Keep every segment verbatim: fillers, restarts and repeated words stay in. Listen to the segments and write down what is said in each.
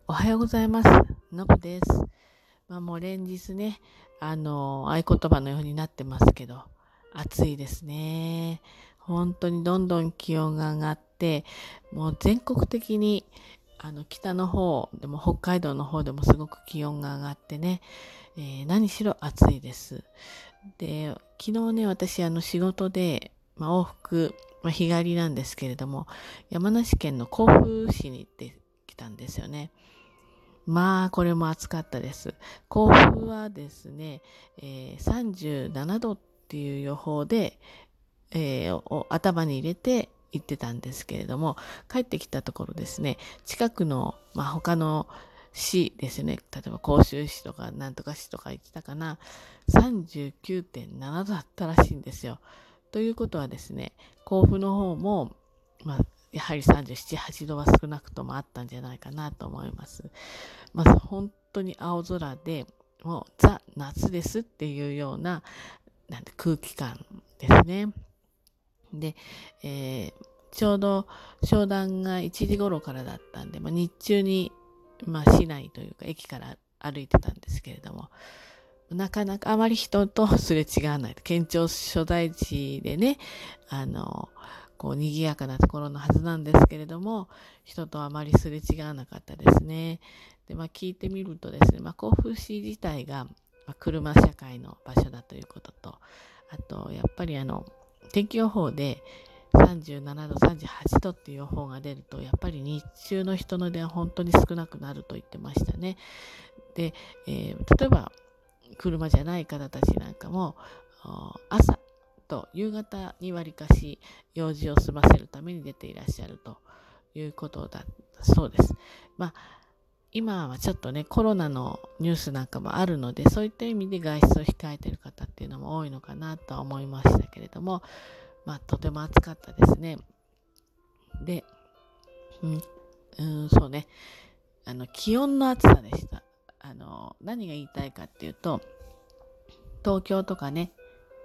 おはようございます。のぶです。まあもう連日ね、あの、合言葉のようになってますけど、暑いですね。本当にどんどん気温が上がって、もう全国的に、あの、北の方でも北海道の方でもすごく気温が上がってね、えー何しろ暑いです。で、昨日ね、私、あの、仕事で、まあ、往復、まあ、日帰りなんですけれども、山梨県の甲府市に行ってきたんですよね。まあ、これも暑かったです。甲府はですね、えーさんじゅうななどっていう予報で、えーを頭に入れて行ってたんですけれども、帰ってきたところですね、近くの、まあ、他の市ですね、例えば甲州市とかなんとか市とか言ってたかな、さんじゅうきゅうてんななどだったらしいんですよ。ということはですね、甲府の方も、まあ、やはりさんじゅうなな、はちどは少なくともあったんじゃないかなと思います。まあ、本当に青空で、もうザ・夏ですっていうような、なんて空気感ですね。で、えーちょうど商談がいちじ頃からだったんで、まあ、日中に、まあ、市内というか駅から歩いてたんですけれども、なかなかあまり人とすれ違わない。県庁所在地でね、あの、こう賑やかなところのはずなんですけれども、人とあまりすれ違わなかったですね。で、まあ聞いてみるとですね、まあ甲府市自体が、まあ、車社会の場所だということと、あと、やっぱりあの、天気予報でさんじゅうななど、さんじゅうはちどっていう予報が出ると、やっぱり日中の人の出は本当に少なくなると言ってましたね。で、えー例えば、車じゃない方たちなんかも、朝と夕方にわりかし用事を済ませるために出ていらっしゃるということだそうです。まあ、今はちょっとね、コロナのニュースなんかもあるので、そういった意味で外出を控えている方っていうのも多いのかなとは思いましたけれども、まあ、とても暑かったですね。で、うん、うんそうね、あの、気温の暑さでした。あの、何が言いたいかっていうと、東京とかね、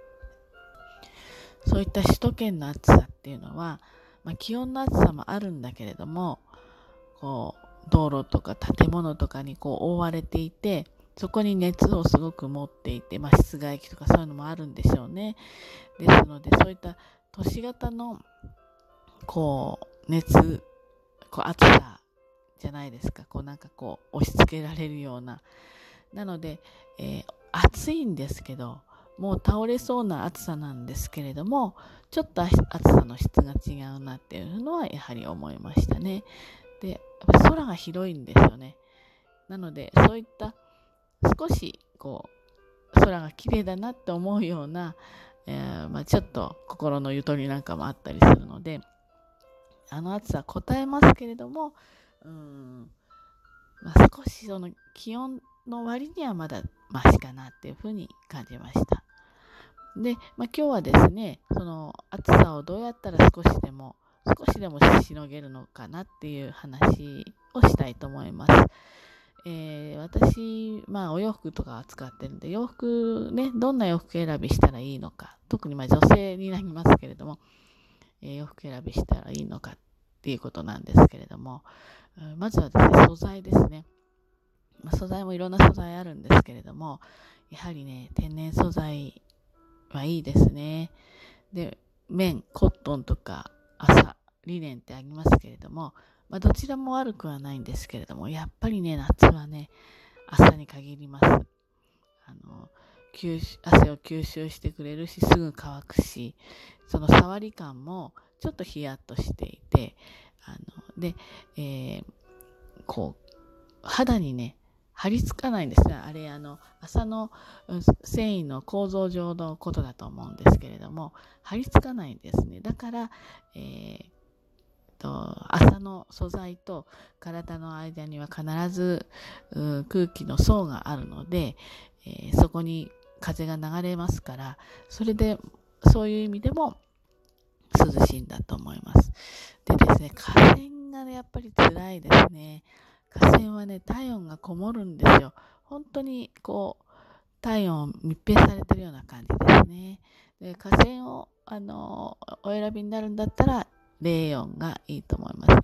そういった首都圏の暑さっていうのは、まあ、気温の暑さもあるんだけれども、こう、道路とか建物とかにこう覆われていて、そこに熱をすごく持っていて、まあ、室外機とかそういうのもあるんでしょうね。ですので、そういった都市型の、こう、熱、こう、暑さじゃないですか。こう、なんかこう、押し付けられるような。なので、えー暑いんですけど、もう倒れそうな暑さなんですけれども、ちょっと暑さの質が違うなっていうのはやはり思いましたね。で、やっぱり空が広いんですよね。なので、そういった少しこう空が綺麗だなって思うような、えーまあ、ちょっと心のゆとりなんかもあったりするので、あの暑さは応えますけれども、うーん、まあ、少しその気温の割にはまだマシかなっていうふうに感じました。で、まあ、今日はですね、その暑さをどうやったら少しでも少しでもしのげるのかなっていう話をしたいと思います。えー、私、まあお洋服とか扱ってるんで、洋服ね、どんな洋服選びしたらいいのか、特にまあ女性になりますけれども、えー洋服選びしたらいいのかっていうことなんですけれども、まずはですね、素材ですね。まあ、素材もいろんな素材あるんですけれども、やはりね、天然素材はいいですね。で、綿、コットンとか麻、リネンってありますけれども、まあ、どちらも悪くはないんですけれども、やっぱりね、夏はね、朝に限ります。あの吸収汗を吸収してくれるし、すぐ乾くし、その触り感もちょっとヒヤッとしていて、あので、えー、こう肌にね張り付かないんですね。あれあの麻の繊維の構造上のことだと思うんですけれども、張り付かないんですね。だから、えーと麻の素材と体の間には必ず空気の層があるので、えー、そこに風が流れますから、それでそういう意味でも涼しいんだと思います。でですね、河川がねやっぱり辛いですね。河川はね体温がこもるんですよ。本当にこう体温密閉されてるような感じですね。で河川をあのお選びになるんだったら冷温がいいと思います。やっぱりあ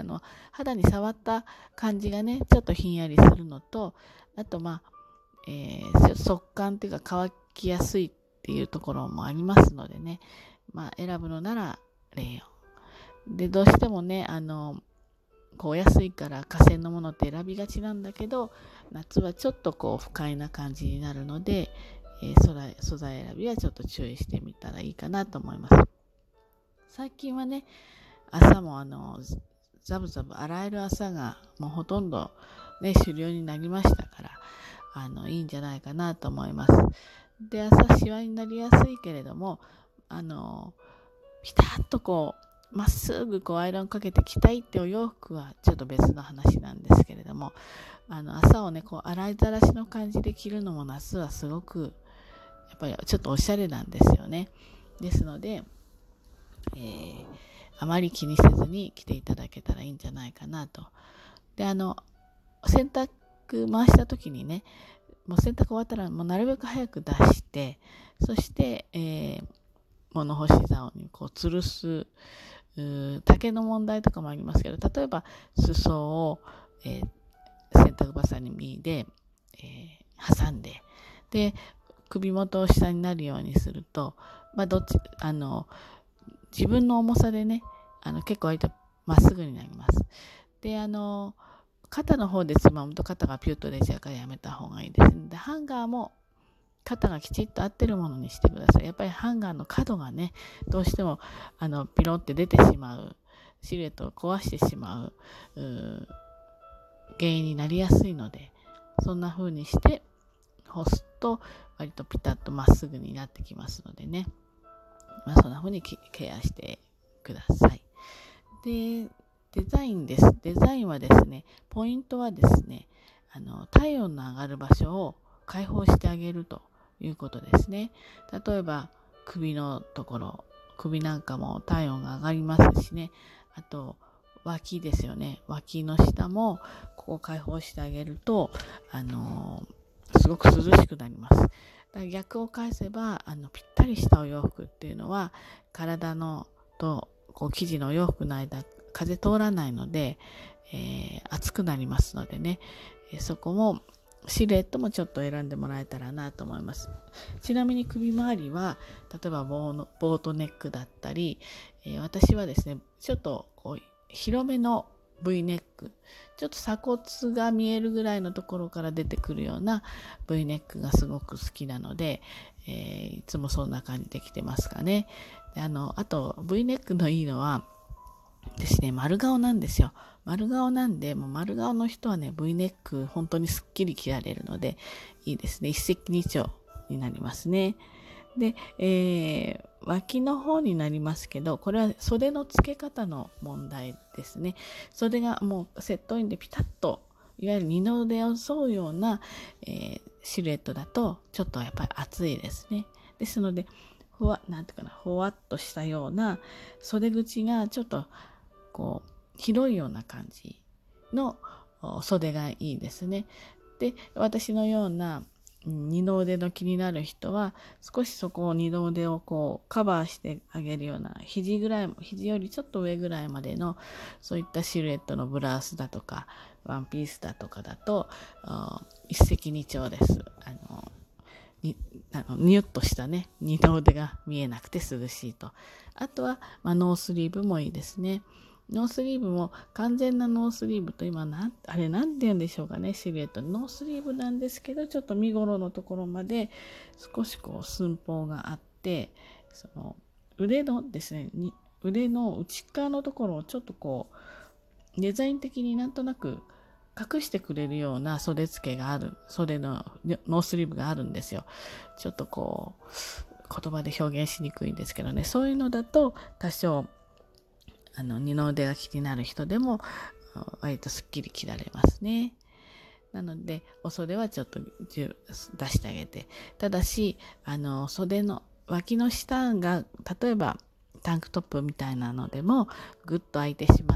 あの肌に触った感じがねちょっとひんやりするのと、あとまあ、えー、速乾っていうか乾きやすいっていうところもありますのでね、まあ選ぶのならレーヨンで、どうしてもねあのこうお安いから化繊のものって選びがちなんだけど、夏はちょっとこう不快な感じになるので、えー、素材、素材選びはちょっと注意してみたらいいかなと思います。最近はね朝もあのザブザブ洗える朝がもうほとんどね主流になりましたから、あのいいんじゃないかなと思います。で、朝シワになりやすいけれども、あのピタッとこうまっすぐこうアイロンかけて着たいってお洋服はちょっと別の話なんですけれども、あの朝をねこう洗いざらしの感じで着るのも夏はすごくやっぱりちょっとおしゃれなんですよね。ですので、えー、あまり気にせずに着ていただけたらいいんじゃないかなと。で、あの洗濯回した時にね、もう洗濯終わったらもうなるべく早く出して、そして、えー、物干し竿にこう吊るす丈の問題とかもありますけど、例えば裾を、えー、洗濯バサミで、えー、挟んで、で首元を下になるようにすると、まあどっちあの自分の重さでねあの結構割とまっすぐになります。で、あの肩の方でつまむと肩がピュッと出ちゃうからやめた方がいいですね。で、ハンガーも肩がきちっと合ってるものにしてください。やっぱりハンガーの角がねどうしてもあのピロって出てしまう、シルエットを壊してしまう、う原因になりやすいので、そんな風にして干すと割とピタッとまっすぐになってきますのでね、まあ、そんな風にケアしてください。で、デザインです。デザインはですね、ポイントはですね、あの体温の上がる場所を開放してあげるということですね。例えば首のところ、首なんかも体温が上がりますしね、あと脇ですよね、脇の下もここを開放してあげると、あのー、すごく涼しくなります。だから逆を返せば、あのぴったりしたお洋服っていうのは体のとこう生地のお洋服の間風通らないので、えー、暑くなりますのでね、えー、そこもシルエットもちょっと選んでもらえたらなと思います。ちなみに首周りは例えばボーのボートネックだったり、えー、私はですねちょっとこう広めの V ネック、ちょっと鎖骨が見えるぐらいのところから出てくるような V ネックがすごく好きなので、えー、いつもそんな感じで着てますかね。で、あのあと V ネックのいいのはですね、丸顔なんですよ。丸顔なんで、もう丸顔の人はね、V ネック本当にすっきり着られるので、いいですね。一石二鳥になりますね。で、えー、脇の方になりますけど、これは袖の付け方の問題ですね。袖がもうセットインでピタッと、いわゆる二の腕を沿うような、えー、シルエットだと、ちょっとやっぱり暑いですね。ですので、ふわ、なんていうかな、ほわっとしたような袖口がちょっとこう広いような感じの袖がいいですね。で、私のような二の腕の気になる人は少しそこを二の腕をこうカバーしてあげるような、肘ぐらい、肘よりちょっと上ぐらいまでのそういったシルエットのブラウスだとかワンピースだとかだと一石二鳥です。あのにあのニュッとしたね二の腕が見えなくて涼しいと。あとは、まあ、ノースリーブもいいですね。ノースリーブも完全なノースリーブと今なんあれなんて言うんでしょうかね、シルエットノースリーブなんですけど、ちょっと身頃のところまで少しこう寸法があって、その腕のですねに腕の内側のところをちょっとこうデザイン的になんとなく隠してくれるような袖付けがある、袖のノースリーブがあるんですよ。ちょっとこう言葉で表現しにくいんですけどね、そういうのだと多少あの二の腕が気になる人でも割とすっきり着られますね。なのでお袖はちょっと出してあげて、ただしあの袖の脇の下が例えばタンクトップみたいなのでもぐっと開いてしまって、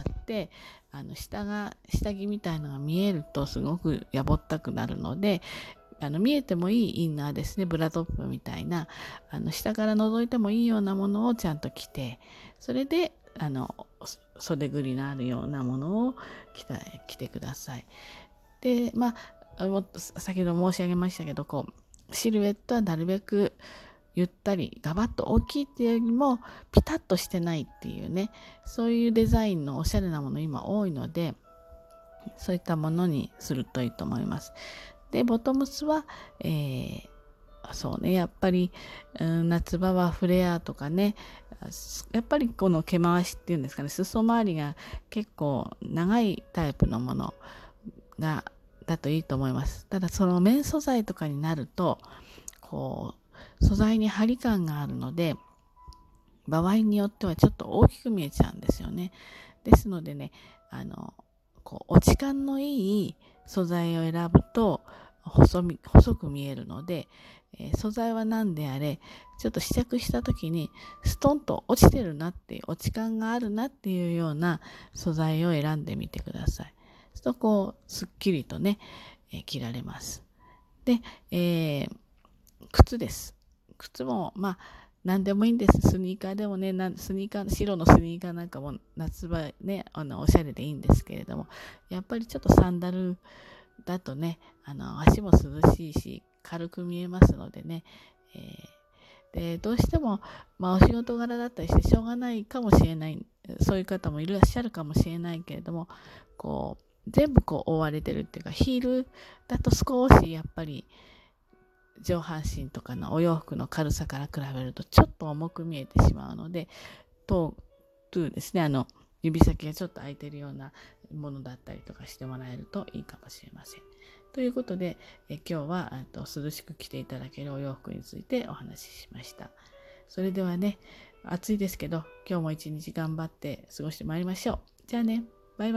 あの下が下着みたいなのが見えるとすごくやぼったくなるので、あの見えてもいいインナーですね、ブラトップみたいなあの下から覗いてもいいようなものをちゃんと着て、それであの袖ぐりのあるようなものを着た着てください。でまあもっと先ほど申し上げましたけど、こうシルエットはなるべくゆったりガバッと大きいっていうよりもピタッとしてないっていうね、そういうデザインのおしゃれなもの今多いので、そういったものにするといいと思います。でボトムスは、えー、そうね、やっぱり、うん、夏場はフレアとかね、やっぱりこの毛回しっていうんですかね、裾周りが結構長いタイプのものがだといいと思います。ただその綿素材とかになるとこう素材に張り感があるので、場合によってはちょっと大きく見えちゃうんですよね。ですのでね、あのこう落ち感のいい素材を選ぶと細み細く見えるので、えー、素材は何であれちょっと試着した時にストンと落ちてるなっていう、落ち感があるなっていうような素材を選んでみてください。そうするとこうすっきりとね、えー、着られます。で、えー、靴です。靴もまあ何でもいいんです。スニーカーでもね、スニーカー、白のスニーカーなんかも夏場ね、あのおしゃれでいいんですけれども、やっぱりちょっとサンダルだとね、あの足も涼しいし軽く見えますのでね、えー、でどうしても、まあ、お仕事柄だったりしてしょうがないかもしれない、そういう方もいらっしゃるかもしれないけれども、こう全部こう覆われてるっていうか、ヒールだと少しやっぱり上半身とかのお洋服の軽さから比べるとちょっと重く見えてしまうので、トゥーですね、あの指先がちょっと開いているようなものだったりとかしてもらえるといいかもしれません。ということで、え今日はと涼しく着ていただけるお洋服についてお話ししました。それではね、暑いですけど今日も一日頑張って過ごしてまいりましょう。じゃあね。